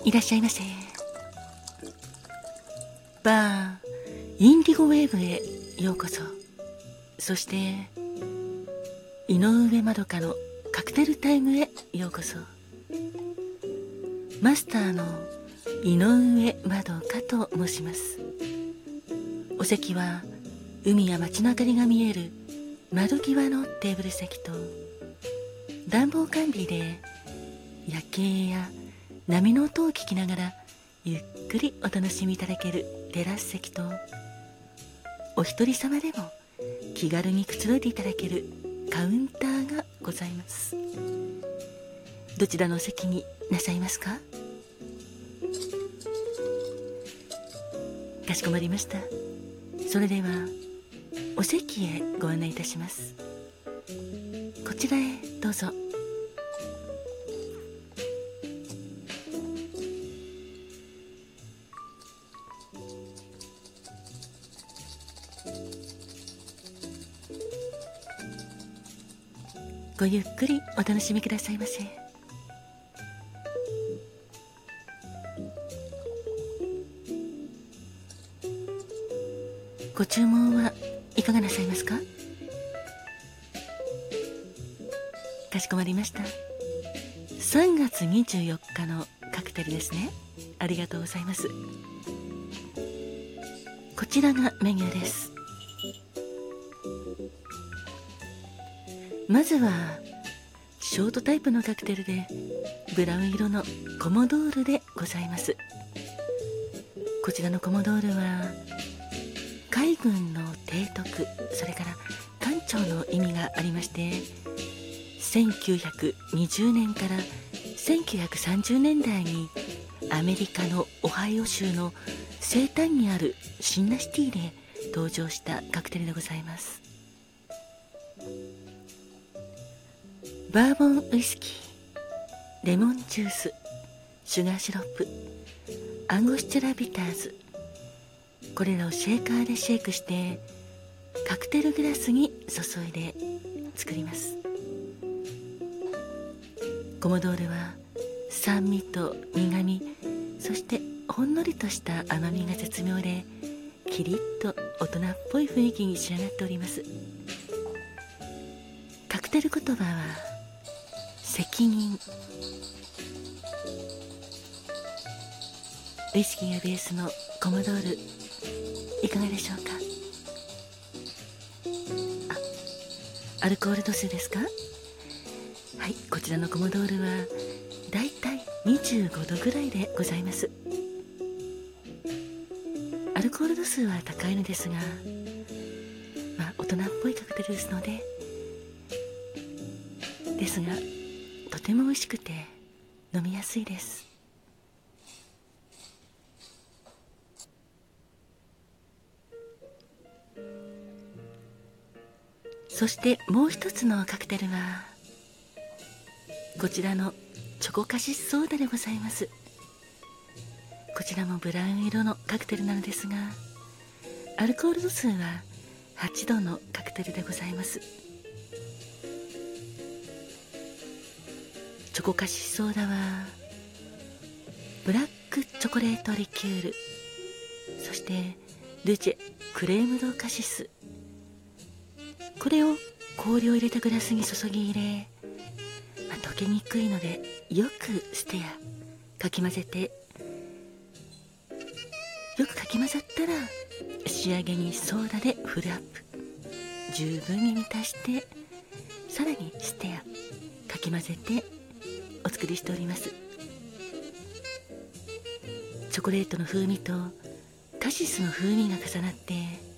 いらっしゃいませ。バーインディゴウェーブへようこそ。そして井上まどかのカクテルタイムへようこそ。マスターの井上まどかと申します。お席は海や街の明かりが見える窓際のテーブル席と、暖房完備で夜景や波の音を聞きながらゆっくりお楽しみいただけるテラス席と、お一人様でも気軽にくつろいでいただけるカウンターがございます。どちらのお席になさいますか？かしこまりました。それではお席へご案内いたします。こちらへどうぞ。ごゆっくりお楽しみくださいませ。ご注文はいかがなさいますか？かしこまりました。3月24日のカクテルですね。ありがとうございます。こちらがメニューです。まずはショートタイプのカクテルでブラウン色のコモドールでございます。こちらのコモドールは海軍の提督、それから艦長の意味がありまして、1920年から1930年代にアメリカのオハイオ州の西端にあるシンナシティで登場したカクテルでございます。バーボンウイスキー、レモンジュース、シュガーシロップ、アンゴスチュラビターズ、これらをシェーカーでシェイクしてカクテルグラスに注いで作ります。コモドールは酸味と苦味、そしてほんのりとした甘みが絶妙で、キリッと大人っぽい雰囲気に仕上がっております。カクテル言葉は責任。ウイスキーがベースのコモドール、いかがでしょうか？アルコール度数ですか？はい、こちらのコモドールはだいたい25度ぐらいでございます。アルコール度数は高いのですが、大人っぽいカクテルですので、ですがとても美味しくて飲みやすいです。そしてもう一つのカクテルはこちらのチョコカシスソーダでございます。こちらもブラウン色のカクテルなのですが、アルコール度数は8度のカクテルでございます。チョコカシスソーダはブラックチョコレートリキュール、そしてルチェクレームドカシス、これを氷を入れたグラスに注ぎ入れ、溶けにくいのでよくステアかき混ぜて、よくかき混ざったら仕上げにソーダでフルアップ、十分に満たしてさらにステアかき混ぜてお作りしております。チョコレートの風味とカシスの風味が重なって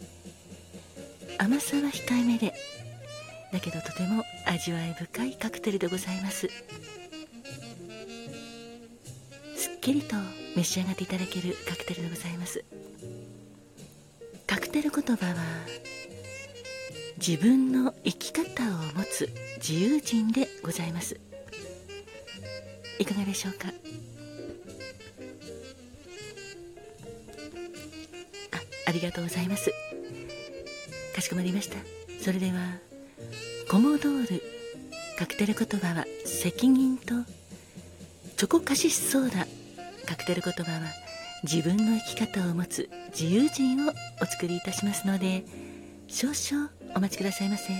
甘さは控えめで、だけどとても味わい深いカクテルでございます。すっきりと召し上がっていただけるカクテルでございます。カクテル言葉は自分の生き方を持つ自由人でございます。いかがでしょうか？ありがとうございます。かしこまりました。それではコモドール、カクテル言葉は責任とチョコカシスソーダ、 カクテル言葉は自分の生き方を持つ自由人をお作りいたしますので、少々お待ちくださいませ。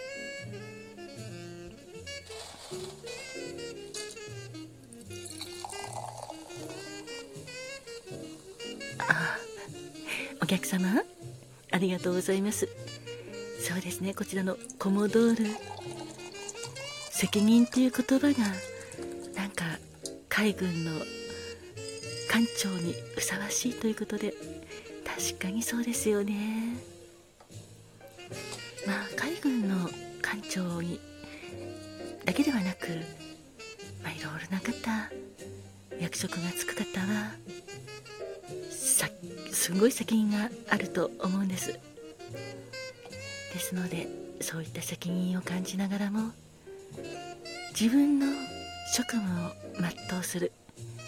お客様ありがとうございます。そうですね、こちらのコモドール、責任という言葉がなんか海軍の艦長にふさわしいということで、確かにそうですよね。海軍の艦長にだけではなく、いろいろな方、役職がつく方はすごい責任があると思うんです。ですので、そういった責任を感じながらも自分の職務を全うする、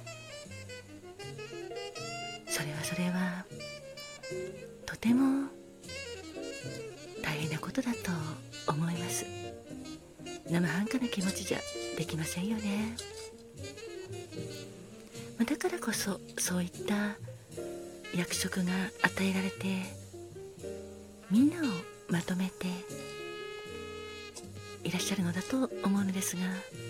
それはとても大変なことだと思います。生半可な気持ちじゃできませんよね。だからこそそういった役職が与えられて、みんなをまとめていらっしゃるのだと思うのですが、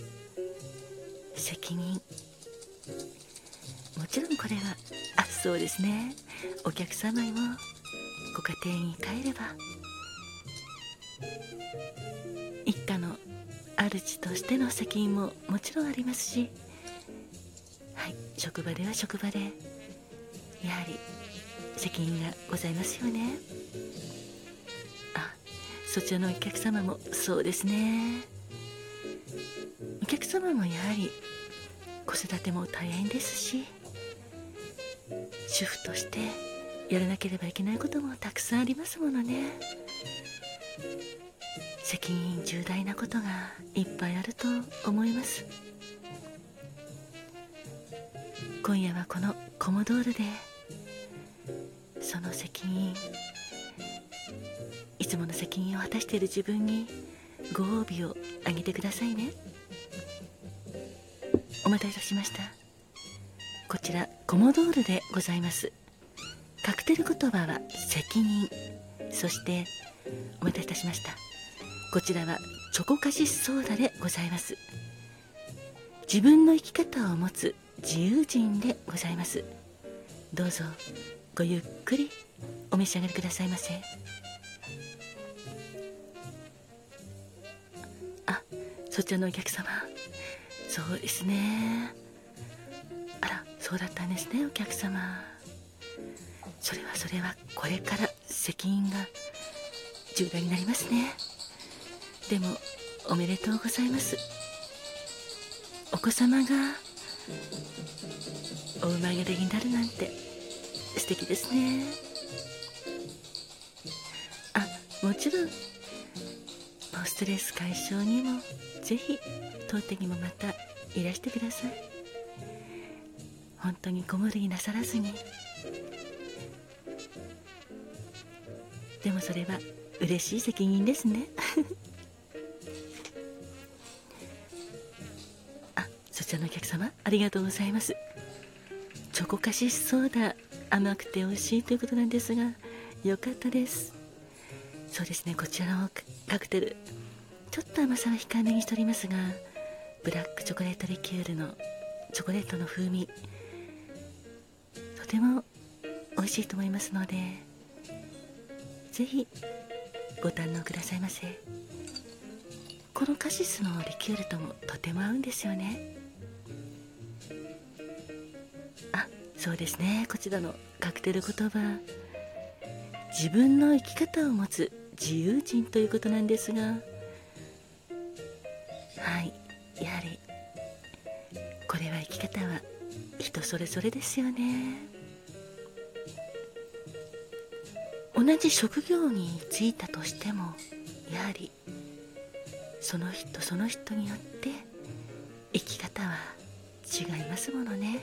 責任、もちろんこれはそうですね、お客様にもご家庭に帰れば一家の主としての責任ももちろんありますし、職場では職場でやはり責任がございますよね。そちらのお客様もそうですね。お客様もやはり子育ても大変ですし、主婦としてやらなければいけないこともたくさんありますものね。責任重大なことがいっぱいあると思います。今夜はこのコモドールでその責任、いつもの責任を果たしている自分にご褒美をあげてくださいね。お待たせいたしました。こちらコモドールでございます。カクテル言葉は責任、そしてお待たせいたしました、こちらはチョコカシスソーダでございます。自分の生き方を持つ自由人でございます。どうぞごゆっくりお召し上がりくださいませ。そちらのお客様、そうですね、そうだったんですね。お客様、それはこれから責任が重大になりますね。でもおめでとうございます。お子様がお生まれになるなんて素敵ですね。もちろんストレス解消にもぜひ当店にもまたいらしてください。本当にご無理なさらずに。でもそれは嬉しい責任ですねそちらのお客様ありがとうございます。チョコカシスソーダ、甘くて美味しいということなんですが、よかったです。そうですね、こちらのカクテルちょっと甘さは控えめにしておりますが、ブラックチョコレートリキュールのチョコレートの風味、とても美味しいと思いますので、ぜひご堪能くださいませ。このカシスのリキュールともとても合うんですよね。そうですね、こちらのカクテル言葉、自分の生き方を持つ自由人ということなんですが、やはりこれは生き方は人それぞれですよね。同じ職業に就いたとしても、やはりその人その人によって生き方は違いますものね。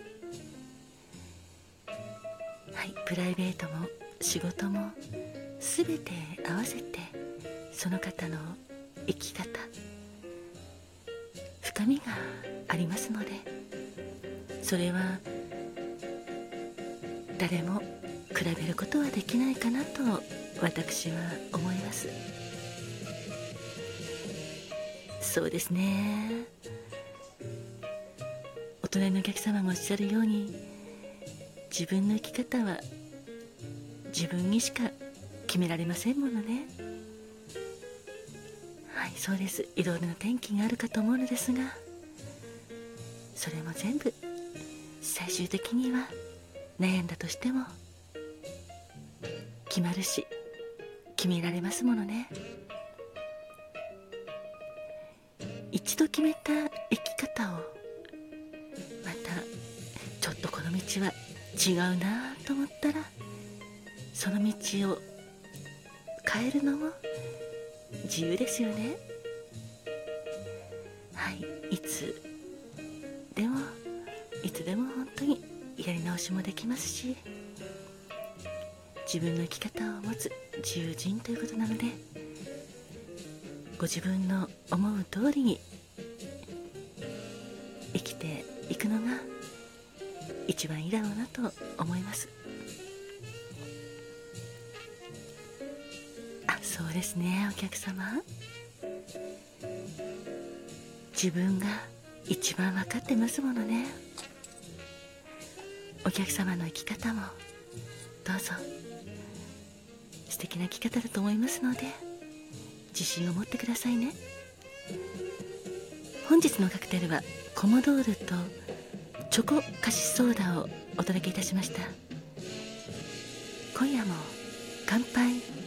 プライベートも仕事も全て合わせてその方の生き方、深みがありますので、それは誰も比べることはできないかなと私は思います。そうですね、お隣のお客様がおっしゃるように、自分の生き方は自分にしか決められませんものね。はい、そうです。いろいろな転機があるかと思うのですが、それも全部最終的には悩んだとしても決まるし決められますものね。一度決めた生き方をまたちょっとこの道は違うなと思ったら、その道を変えるのも自由ですよね。はい、いつでも本当にやり直しもできますし、自分の生き方を持つ自由人ということなので、ご自分の思う通りに生きていくのが一番いいだろうなと思います。そうですね、お客様、自分が一番分かってますものね。お客様の生き方もどうぞ素敵な生き方だと思いますので、自信を持ってくださいね。本日のカクテルはコモドールとチョコカシスソーダをお届けいたしました。今夜も乾杯。